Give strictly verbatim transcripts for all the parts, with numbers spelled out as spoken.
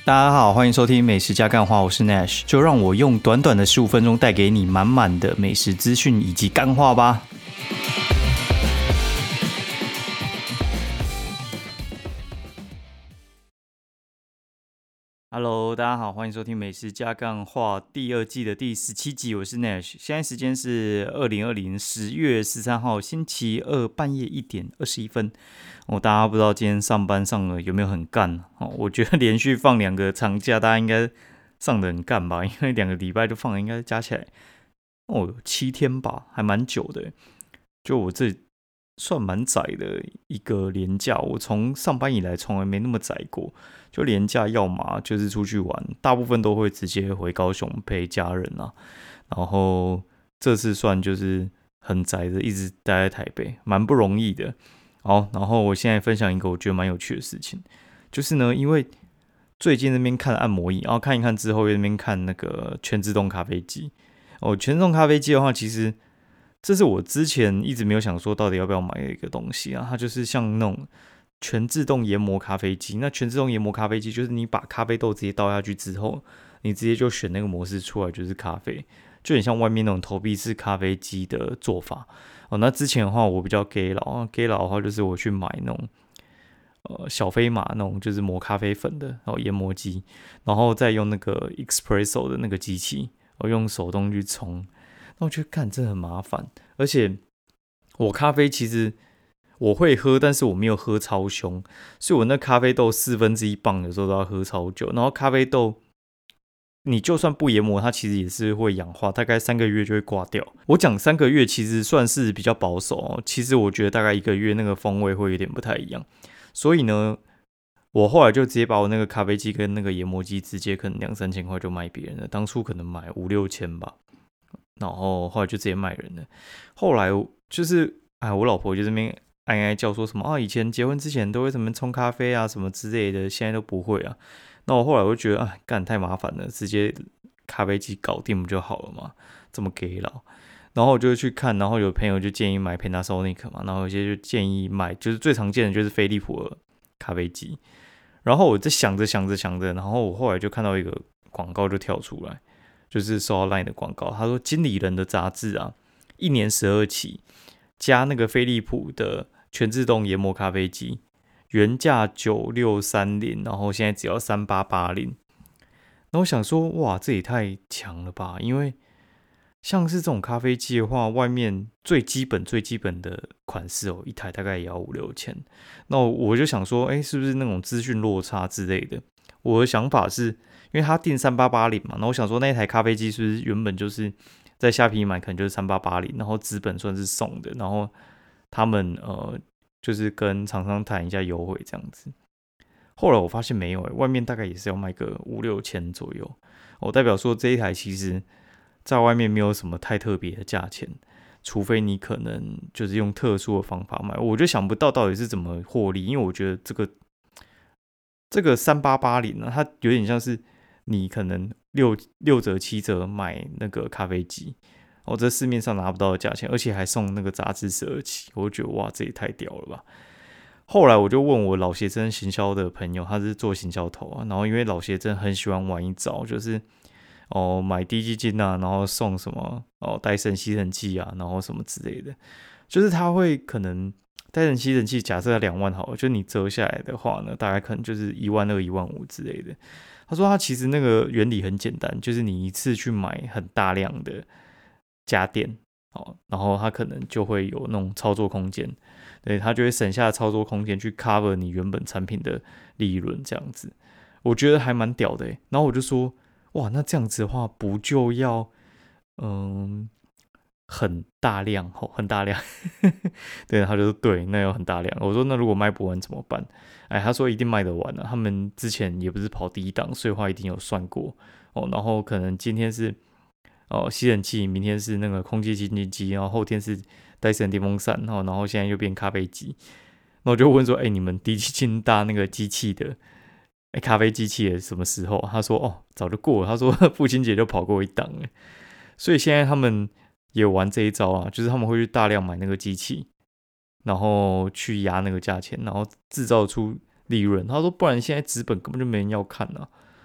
大家好，欢迎收听美食加干话，我是 Nash， 就让我用短短的十五分钟带给你满满的美食资讯以及干话吧。Hello， 大家好，欢迎收听美食加干话第二季的第十七集，我是 Nash， 现在时间是二零二零十月十三号星期二半夜一点二十一分。哦，大家不知道今天上班上了有没有很干？哦，我觉得连续放两个长假，大家应该上得很干吧？因为两个礼拜就放了，应该加起来哦七天吧，还蛮久的。就我这算蛮窄的一个连假，我从上班以来从来没那么窄过。就连假要嘛就是出去玩，大部分都会直接回高雄陪家人啊。然后这次算就是很宅的，一直待在台北，蛮不容易的。好，然后我现在分享一个我觉得蛮有趣的事情，就是呢，因为最近那边看按摩椅，然后看一看之后，又那边看那个全自动咖啡机。哦，全自动咖啡机的话，其实这是我之前一直没有想说到底要不要买的一个东西啊。它就是像那种全自动研磨咖啡机。那全自动研磨咖啡机就是你把咖啡豆直接倒下去之后，你直接就选那个模式出来就是咖啡，就很像外面那种投币式咖啡机的做法。哦，那之前的话，我比较 gay 佬 ，gay 佬的话就是我去买那种呃小飞马那种就是磨咖啡粉的，然后研磨机，然后再用那个 espresso 的那个机器，我用手动去冲。那我觉得干真的很麻烦，而且我咖啡其实我会喝，但是我没有喝超凶，所以我那咖啡豆四分之一磅有时候都要喝超久，然后咖啡豆。你就算不研磨，它其实也是会氧化，大概三个月就会挂掉。我讲三个月其实算是比较保守哦，其实我觉得大概一个月那个风味会有点不太一样。所以呢，我后来就直接把我那个咖啡机跟那个研磨机直接可能两三千块就卖别人了，当初可能买五六千吧，然后后来就直接卖人了。后来就是哎，我老婆就这边哀哀叫说什么啊，以前结婚之前都会什么冲咖啡啊什么之类的，现在都不会啊。那我后来我就觉得啊，干太麻烦了，直接咖啡机搞定不就好了嘛？这么给老，然后我就去看，然后有朋友就建议买 Panasonic 嘛，然后有些就建议买，就是最常见的就是飞利浦的咖啡机。然后我在想着想着想着，然后我后来就看到一个广告就跳出来，就是收到 LINE 的广告，他说经理人的杂志啊，一年十二期加那个飞利浦的全自动研磨咖啡机。原价九六三零，然后现在只要三八八零。那我想说，哇，这也太强了吧！因为像是这种咖啡机的话，外面最基本最基本的款式哦，一台大概也要五六千。那我就想说，哎，是不是那种资讯落差之类的？我的想法是，因为他定三八八零嘛，那我想说那一台咖啡机是不是原本就是在虾皮买，可能就是三八八零，然后资本算是送的，然后他们呃。就是跟厂商谈一下优惠这样子。后来我发现没有、欸，外面大概也是要卖个五六千左右。我、哦、代表说这一台其实在外面没有什么太特别的价钱，除非你可能就是用特殊的方法卖。我就想不到到底是怎么获利，因为我觉得这个这个三八八零呢，它有点像是你可能六六折七折买那个咖啡机。哦，这市面上拿不到的价钱，而且还送那个杂志十二期，我就觉得哇，这也太屌了吧！后来我就问我老协真行销的朋友，他是做行销头啊，然后因为老协真很喜欢玩一招，就是哦买低基金啊，然后送什么哦戴森吸尘器啊，然后什么之类的，就是他会可能戴森吸尘器假设两万好了，就你折下来的话呢，大概可能就是一万二、一万五之类的。他说他其实那个原理很简单，就是你一次去买很大量的。家电，哦，然后它可能就会有那种操作空间，对，它就会省下操作空间去 cover 你原本产品的利润，这样子，我觉得还蛮屌的。然后我就说，哇，那这样子的话，不就要嗯很大量，哦，很大量，对，他就说对，那有很大量。我说那如果卖不完怎么办？哎，他说一定卖得完啊，他们之前也不是跑第一档，所以话一定有算过哦，然后可能今天是。哦，吸尘器，明天是那个空气清净机，然后后天是戴森电风扇，然后然后现在又变咖啡机。那我就问说，哎、欸，你们低清大那个机器的，哎、欸，咖啡机器的什么时候？他说，哦，早就过了。他说父亲节就跑过一档了。所以现在他们也玩这一招啊，就是他们会去大量买那个机器，然后去压那个价钱，然后制造出利润。他说，不然现在纸本根本就没人要看啊。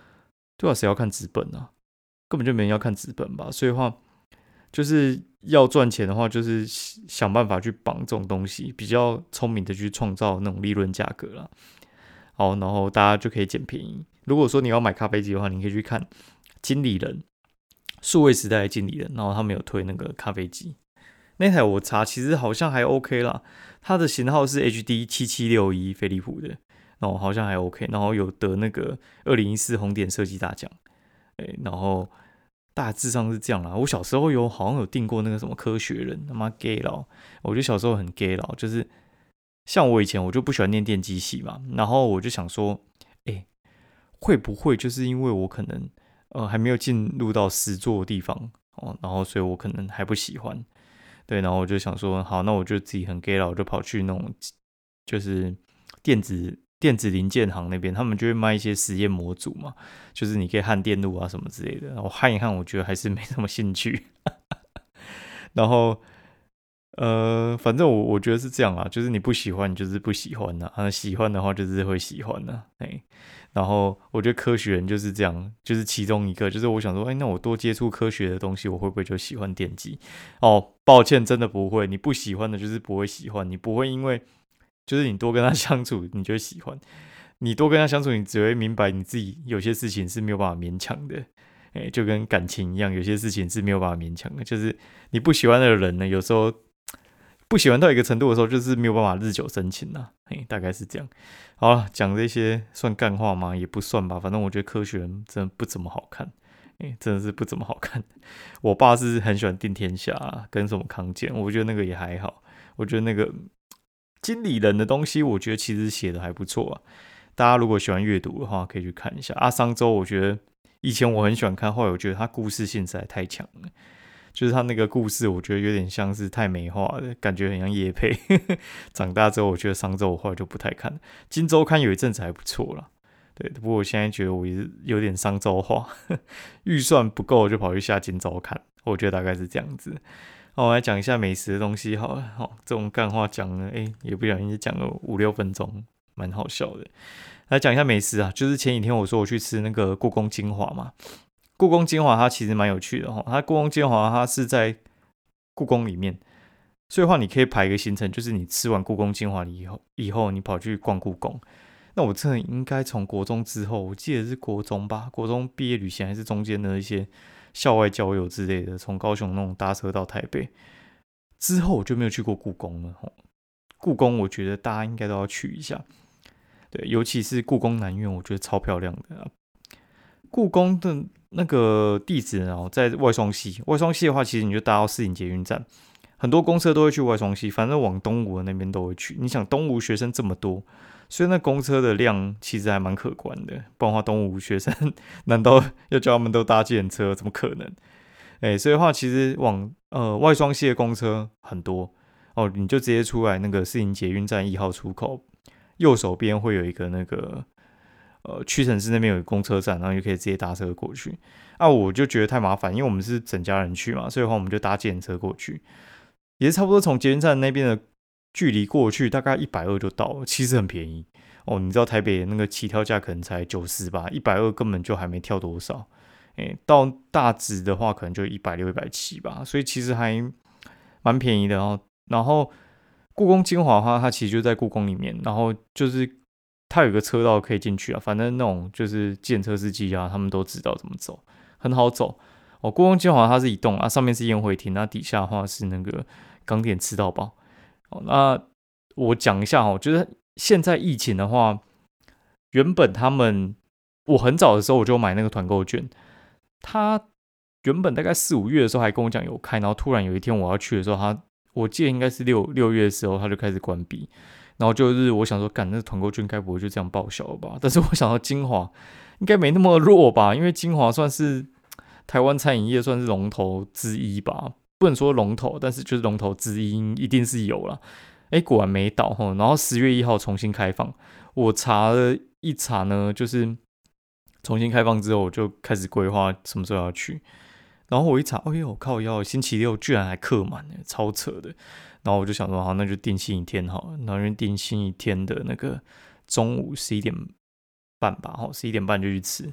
对啊，谁要看纸本啊？根本就没人要看纸本吧。所以的话，就是要赚钱的话，就是想办法去绑这种东西，比较聪明的去创造那种利润价格啦。好，然后大家就可以捡便宜。如果说你要买咖啡机的话，你可以去看经理人，数位时代的经理人，然后他们有推那个咖啡机。那台我查，其实好像还 OK 啦，它的型号是 H D 七七六一飞利浦的，然后好像还 OK，然后有得那个二零一四红点设计大奖，欸，然后大致上是这样啦。我小时候有好像有订过那个什么科学人，他妈 gay 佬，我觉得小时候很 gay 佬，就是像我以前我就不喜欢念电机系嘛，然后我就想说，哎，欸，会不会就是因为我可能呃还没有进入到实作的地方哦，然后所以我可能还不喜欢。对，然后我就想说，好，那我就自己很 gay 了，我就跑去那种就是电子电子零件行那边，他们就会卖一些实验模组嘛，就是你可以焊电路啊什么之类的。我焊一焊，我觉得还是没什么兴趣。然后呃，反正我我觉得是这样啦，就是你不喜欢，你就是不喜欢呐，啊，喜欢的话就是会喜欢呐，哎。然后我觉得科学人就是这样，就是其中一个，就是我想说，哎，那我多接触科学的东西，我会不会就喜欢电机？哦，抱歉，真的不会。你不喜欢的，就是不会喜欢。你不会因为就是你多跟他相处，你就会喜欢。你多跟他相处，你只会明白你自己有些事情是没有办法勉强的。哎，就跟感情一样，有些事情是没有办法勉强的。就是你不喜欢的人呢，有时候不喜欢到一个程度的时候，就是没有办法日久生情啦。哎，大概是这样。好了，讲这些算干话吗？也不算吧。反正我觉得科学人真的不怎么好看，哎，真的是不怎么好看。我爸是很喜欢定天下啊，跟什么康健，我觉得那个也还好。我觉得那个经理人的东西，我觉得其实写的还不错啊。大家如果喜欢阅读的话，可以去看一下。阿商周，我觉得以前我很喜欢看，后来我觉得他故事性实在太强了。就是他那个故事，我觉得有点像是太美化了，感觉很像业配。长大之后，我觉得商周我后来就不太看了。金周刊有一阵子还不错啦，对，不过我现在觉得我也有点商周化，预算不够就跑去下金周刊，我觉得大概是这样子。好，我来讲一下美食的东西好了。好，这种干话讲了，哎，也不小心讲了五六分钟，蛮好笑的。来讲一下美食啊，就是前几天我说我去吃那个故宫精华嘛。故宫精华它其实蛮有趣的哈，它故宫精华它是在故宫里面，所以的话你可以排一个行程，就是你吃完故宫精华以后，以后你跑去逛故宫。那我真的应该从国中之后，我记得是国中吧，国中毕业旅行还是中间的一些校外郊游之类的，从高雄那种搭车到台北之后，我就没有去过故宫了。故宫我觉得大家应该都要去一下，对，尤其是故宫南院，我觉得超漂亮的啊。故宫的那个地址呢，在外双溪。外双溪的话，其实你就搭到士林捷运站，很多公车都会去外双溪，反正往东吴的那边都会去。你想东吴学生这么多，所以那公车的量其实还蛮可观的。不然的话，东吴学生难道要叫他们都搭计程车？怎么可能？哎、欸，所以的话，其实往呃外双溪的公车很多哦，你就直接出来那个士林捷运站一号出口，右手边会有一个那个。呃，屈臣氏那边有一个公车站，然后就可以直接搭车过去。啊，我就觉得太麻烦，因为我们是整家人去嘛，所以的话我们就搭计程车过去，也是差不多从捷运站那边的距离过去，大概一百二就到了，其实很便宜哦。你知道台北那个起跳价可能才九十吧，一百二根本就还没跳多少。欸，到大直的话可能就一百六、一百七吧，所以其实还蛮便宜的哦。然后故宫精华的话，它其实就在故宫里面，然后就是。它有一个车道可以进去啊，反正那种就是计程车司机啊，他们都知道怎么走，很好走。哦，故宫精华它是一栋啊，上面是宴会厅，那底下的话是那个港点吃到饱。哦，那我讲一下哦，就是现在疫情的话，原本他们我很早的时候我就买那个团购券，他原本大概四五月的时候还跟我讲有开，然后突然有一天我要去的时候，他我记得应该是六六月的时候他就开始关闭。然后就是我想说，干那团购券该不会就这样报销了吧？但是我想到精华应该没那么弱吧，因为精华算是台湾餐饮业算是龙头之一吧，不能说龙头，但是就是龙头之一，一定是有啦。哎，果然没倒齁。然后十月一号重新开放，我查了一查呢，就是重新开放之后，我就开始规划什么时候要去。然后我一查，哎呦靠腰，星期六居然还客满，超扯的。然后我就想说，好，那就定星期天好了。然后就定星期天的那个中午十一点半吧，好，十一点半就去吃。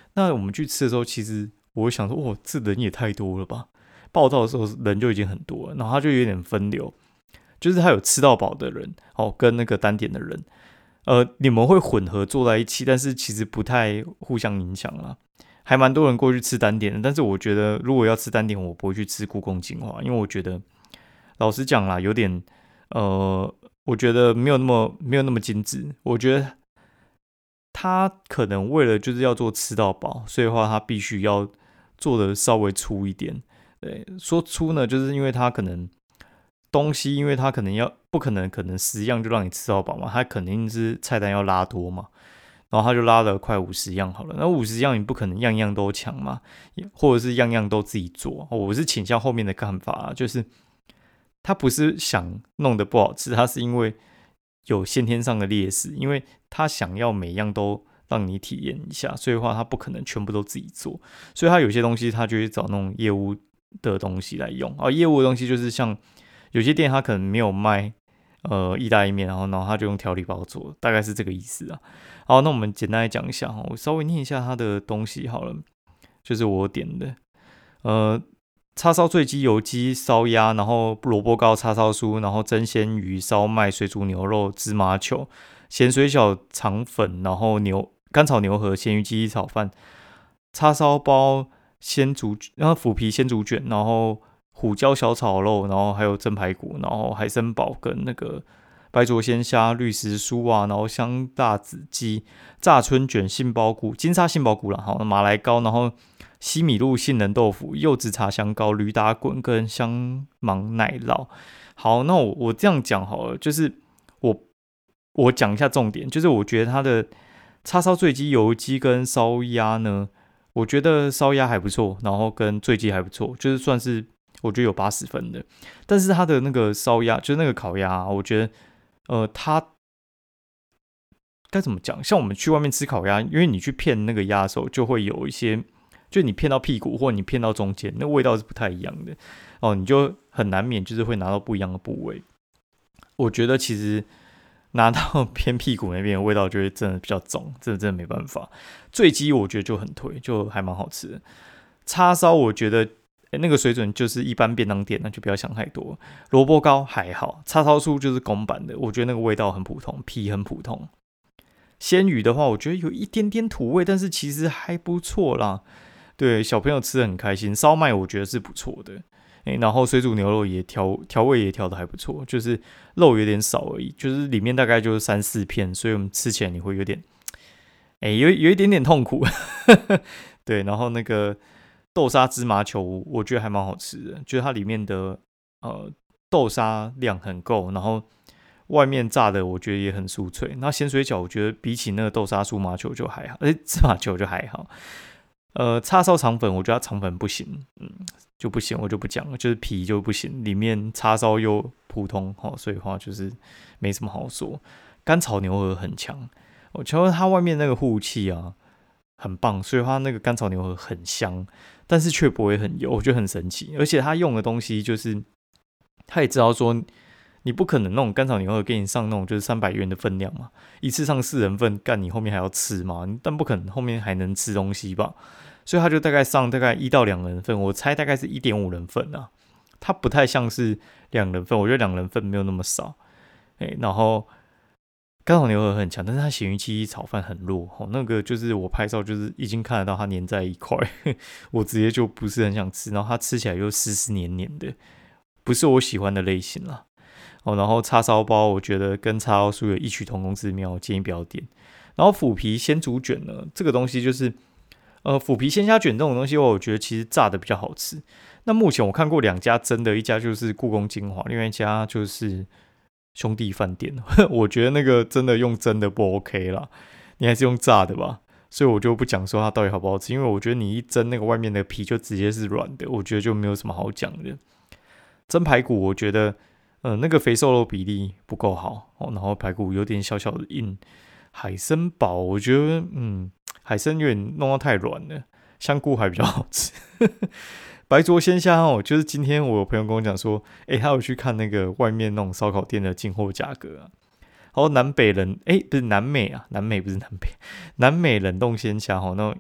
那我们去吃的时候，其实我会想说，哇，这人也太多了吧？报道的时候人就已经很多了，然后他就有点分流，就是他有吃到饱的人，哦，跟那个单点的人，呃，你们会混合坐在一起，但是其实不太互相影响啦。还蛮多人过去吃单点的，但是我觉得如果要吃单点，我不会去吃故宫精华，因为我觉得老实讲啦，有点呃，我觉得没有那么没有那么精致。我觉得他可能为了就是要做吃到饱，所以的话他必须要做的稍微粗一点。对，说粗呢，就是因为他可能东西，因为他可能要不可能可能十样就让你吃到饱嘛，他肯定是菜单要拉多嘛。然后他就拉了快五十样好了，那五十样你不可能样样都抢嘛，或者是样样都自己做。我是倾向后面的看法啊，就是他不是想弄得不好吃，他是因为有先天上的劣势，因为他想要每样都让你体验一下，所以的话他不可能全部都自己做，所以他有些东西他就会找那种业务的东西来用啊。业务的东西就是像有些店他可能没有卖呃意大利面，然后然后他就用调理包做，大概是这个意思啊。好，那我们简单来讲一下，我稍微念一下它的东西好了，就是我点的，呃，叉烧醉鸡、油鸡、烧鸭，然后萝卜糕、叉烧酥，然后蒸鲜鱼、烧麦、水煮牛肉、芝麻球、咸水饺、肠粉，然后牛干炒牛河、咸鱼鸡炒饭、叉烧包、鲜竹，然后腐皮鲜竹卷，然后胡椒小炒肉，然后还有蒸排骨，然后海参堡跟那个白灼鲜虾、绿石酥啊，然后香辣子鸡、炸春卷、杏鲍菇、金沙杏鲍菇啦，好马来糕，然后西米露杏仁豆腐、柚子茶香糕、驴打滚跟香芒奶酪。好，那我我这样讲好了，就是我我讲一下重点，就是我觉得它的叉烧醉鸡、油鸡跟烧鸭呢，我觉得烧鸭还不错，然后跟醉鸡还不错，就是算是我觉得有八十分的。但是它的那个烧鸭，就是那个烤鸭、啊，我觉得。呃，它该怎么讲？像我们去外面吃烤鸭，因为你去片那个鸭的时候，就会有一些，就你片到屁股或你片到中间，那味道是不太一样的哦，你就很难免就是会拿到不一样的部位。我觉得其实拿到偏屁股那边的味道就会真的比较重，真的真的没办法。醉鸡我觉得就很推，就还蛮好吃的。叉烧我觉得。欸、那个水准就是一般便当店，那就不要想太多。萝卜糕还好，叉烧酥就是公版的，我觉得那个味道很普通，皮很普通。鲜鱼的话，我觉得有一点点土味，但是其实还不错啦。对，小朋友吃的很开心。烧麦我觉得是不错的，欸、然后水煮牛肉也调调味也调的还不错，就是肉有点少而已，就是里面大概就是三四片，所以我们吃起来你会有点，哎、欸，有有一点点痛苦。对，然后那个。豆沙芝麻球，我觉得还蛮好吃的，就是它里面的呃豆沙量很够，然后外面炸的我觉得也很酥脆。那咸水饺我觉得比起那个豆沙酥麻球就还好，而且芝麻球就还好。呃，叉烧肠粉我觉得它肠粉不行，嗯，就不行，我就不讲了，就是皮就不行，里面叉烧又普通，哦，所以的话就是没什么好说。干炒牛河很强，我觉得它外面那个护气啊很棒，所以它那个干炒牛河很香。但是却不会很油，我觉得很神奇。而且他用的东西就是，他也知道说，你不可能那种干炒牛河给你上那种就是三百元的分量嘛，一次上四人份，干你后面还要吃嘛？但不可能后面还能吃东西吧？所以他就大概上大概一到两人份，我猜大概是一点五人份啊。它不太像是两人份，我觉得两人份没有那么少。哎，然后。干炒牛河很强，但是它咸鱼鸡炒饭很弱、哦、那个就是我拍照就是已经看得到它粘在一块，我直接就不是很想吃，然后它吃起来又湿湿黏黏的，不是我喜欢的类型啦。哦，然后叉烧包我觉得跟叉烧酥有异曲同工之妙，我建议不要点。然后腐皮鲜竹卷呢，这个东西就是呃腐皮鲜虾卷这种东西，我觉得其实炸的比较好吃。那目前我看过两家真的，一家就是故宫精华，另外一家就是。兄弟饭店，我觉得那个真的用蒸的不 OK 啦，你还是用炸的吧，所以我就不讲说它到底好不好吃，因为我觉得你一蒸那个外面的皮就直接是软的，我觉得就没有什么好讲的。蒸排骨，我觉得呃那个肥瘦肉比例不够好、哦，然后排骨有点小小的硬。海参堡，我觉得嗯海参有点弄到太软了，香菇还比较好吃。白灼鲜虾哦，就是今天我有朋友跟我讲说，哎、欸，他有去看那个外面那种烧烤店的进货价格啊。然后南北冷，哎、欸，不是南美啊，南美不是南北，南美冷冻鲜虾哦，那种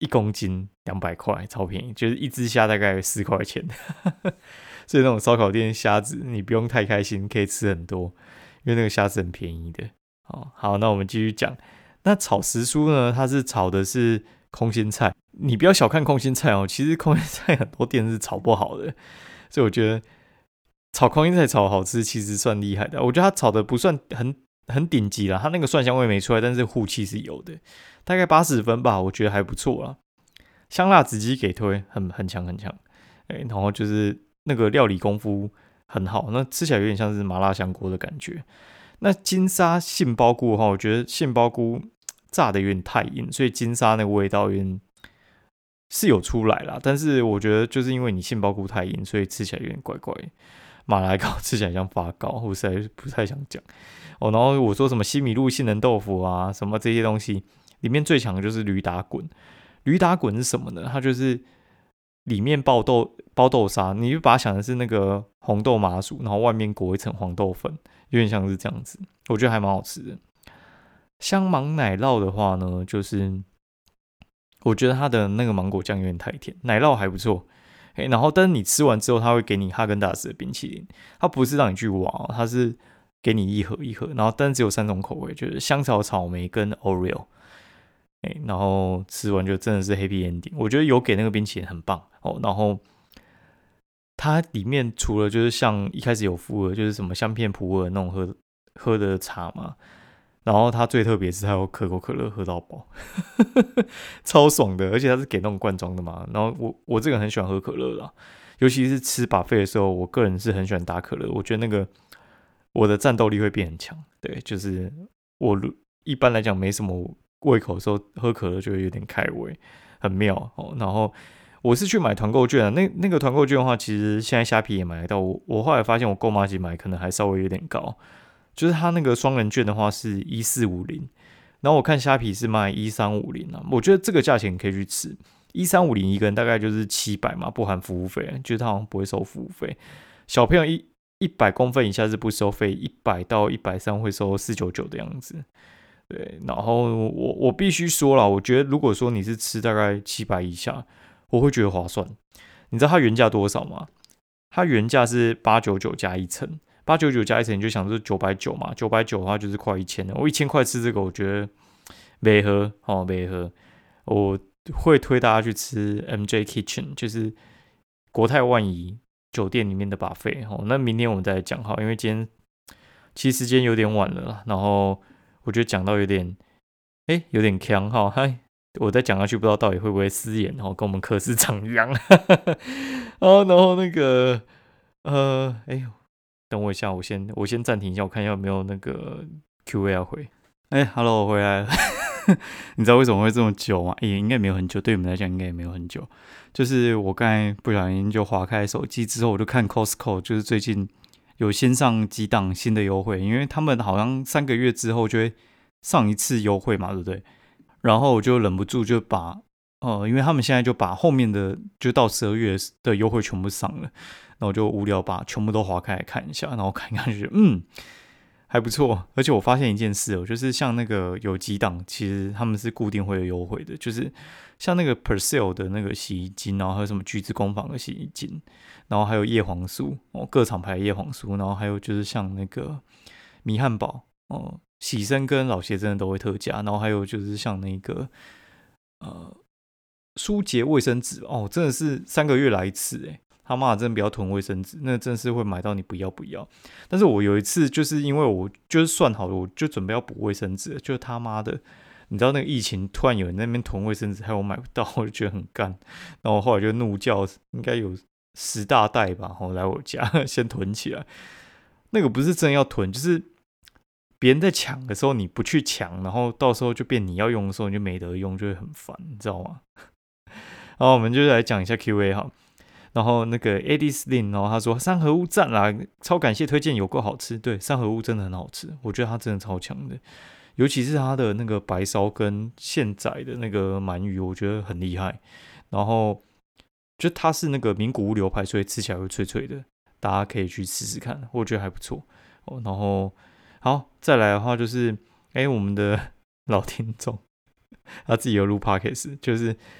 一公斤两百块，超便宜，就是一只虾大概四块钱。所以那种烧烤店虾子，你不用太开心，可以吃很多，因为那个虾子很便宜的。哦，好，那我们继续讲。那炒时蔬呢，它是炒的是空心菜，你不要小看空心菜哦，其实空心菜很多店是炒不好的，所以我觉得炒空心菜炒好吃，其实算厉害的。我觉得它炒的不算很很顶级啦，它那个蒜香味没出来，但是护气是有的，大概八十分吧，我觉得还不错啦。香辣子鸡给推，很很强很强，哎，然后就是那个料理功夫很好，那吃起来有点像是麻辣香锅的感觉。那金沙杏鲍菇的话，我觉得杏鲍菇炸的有点太硬，所以金沙那个味道有点是有出来啦，但是我觉得就是因为你杏鲍菇太硬，所以吃起来有点怪怪的。马来糕吃起来像发糕，我实在不太想讲哦。然后我说什么西米露杏仁豆腐啊，什么这些东西，里面最强的就是驴打滚。驴打滚是什么呢？它就是里面包豆包豆沙，你就把它想的是那个红豆麻薯，然后外面裹一层黄豆粉，有点像是这样子，我觉得还蛮好吃的。香芒奶酪的话呢，就是我觉得它的那个芒果酱有点太甜，奶酪还不错。欸、然后但是你吃完之後，它會給你哈根達斯的冰淇淋，它不是讓你去挖，它是給你一盒一盒，然後但是只有三種口味，就是香草草莓跟 Oreo，欸、然後吃完就真的是 happy ending，我覺得有給那個冰淇淋很棒哦。然後它裡面除了就是像一開始有附的，就是什麼香片普洱那種喝喝的茶嘛。然後它最特別是它有可口可樂喝到飽，超爽的，而且它是給那種罐裝的嘛。然後我我這個人很喜歡喝可樂啦，尤其是吃 buffet 的時候，我個人是很喜歡打可樂，我覺得那個我的戰鬥力會變很強。對，就是我一般來講沒什麼胃口的時候，喝可樂就會有點開胃，很妙哦。然後我是去買團購券啊，那那個團購券的話，其實現在蝦皮也買得到。我我後來發現我購麻吉買可能還稍微有點高。就是他那個雙人券的話是一四五零，然後我看蝦皮是賣一三五零啊，我覺得這個價錢可以去吃。一三五零一個人大概就是七百嘛，不含服務費，就是他好像不會收服務費。小朋友一一百公分以下是不收費，一百到一百三會收四九九的樣子。對，然後我我必須說啦，我覺得如果說你是吃大概七百以下，我會覺得划算。你知道它原價多少嗎？它原價是八九九加一層。八九九加一層，你就想是九百九嘛，九百九的話就是快一千了。我一千塊吃這個，我覺得沒合哦，沒合。我會推大家去吃 M J Kitchen， 就是國泰萬怡酒店裡面的 buffet 哦。那明天我們再來講好，因為今天其實時間有點晚了啦，然後我覺得講到有點誒有點鏘哈，嗨，我再講下去不知道到底會不會失言哦，跟我們柯市長一樣。哦，然後那個呃誒。等我一下，我先我先暫停一下，我看一下有沒有那個 Q A 要回。哎 ，Hello， 我回來了。你知道為什麼會這麼久嗎？也應該沒有很久，對你們來講應該也沒有很久。就是我剛才不小心就滑開手機之後，我就看 Costco， 就是最近有先上幾檔新的優惠，因為他們好像三個月之後就會上一次優惠嘛，對不對？然後我就忍不住就把呃，因為他們現在就把後面的就到十二月的優惠全部上了。然後我就無聊把全部都劃開來看一下，然後看一看就覺得嗯還不錯。而且我發現一件事哦，就是像那個有幾檔其實他們是固定會有優惠的，就是像那個 Persil 的那個洗衣精，然後還有什麼橘子工坊的洗衣精，然後還有葉黃素哦，各廠牌的葉黃素，然後還有就是像那個米漢堡哦，洗身跟老鞋真的都會特價，然後還有就是像那個呃舒潔衛生紙哦，真的是三個月來一次誒。他媽的真的不要囤衛生紙，那真的是會買到你不要不要。但是我有一次就是因為我就是算好了，我就準備要補衛生紙，就他媽的，你知道那個疫情突然有人在那邊囤衛生紙，害我買不到，我就覺得很幹。然後後來就怒叫，應該有十大袋吧，然後來我家先囤起來。那個不是真的要囤，就是別人在搶的時候你不去搶，然後到時候就變你要用的時候你就沒得用，就會很煩，你知道嗎？然後我們就來講一下 Q A 哈。然後那個 Eddie Lin， 然後他說三合屋讚啦，超感謝推薦，有夠好吃。對，三合屋真的很好吃，我覺得它真的超強的，尤其是它的那個白燒跟現宰的那個鰻魚，我覺得很厲害。然後就它是那個名古屋牛排，所以吃起來會脆脆的，大家可以去試試看，我覺得還不錯。哦，然後好，再來的話就是，哎，我們的老聽眾他自己有錄 podcast，就是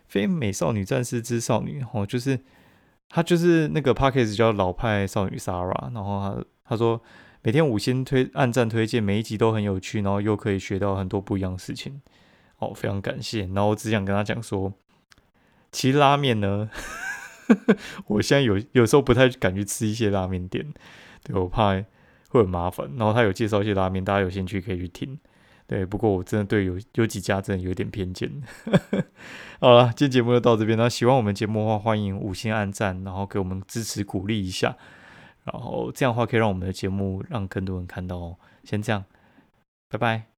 非美少女战士之少女哦，就是他就是那个 podcast 叫老派少女 Sara， 然后他他说每天五星推按赞推荐，每一集都很有趣，然后又可以学到很多不一样的事情，哦，非常感谢。然后我只想跟他讲说，其实拉面呢，我现在有有时候不太敢去吃一些拉面店，对我怕会很麻烦。然后他有介绍一些拉面，大家有兴趣可以去听。对，不过我真的对有有几家真的有点偏见。好了，今天节目就到这边。那喜欢我们节目的话，欢迎五星按赞，然后给我们支持鼓励一下。然后这样的话可以让我们的节目让更多人看到哦。先这样，拜拜。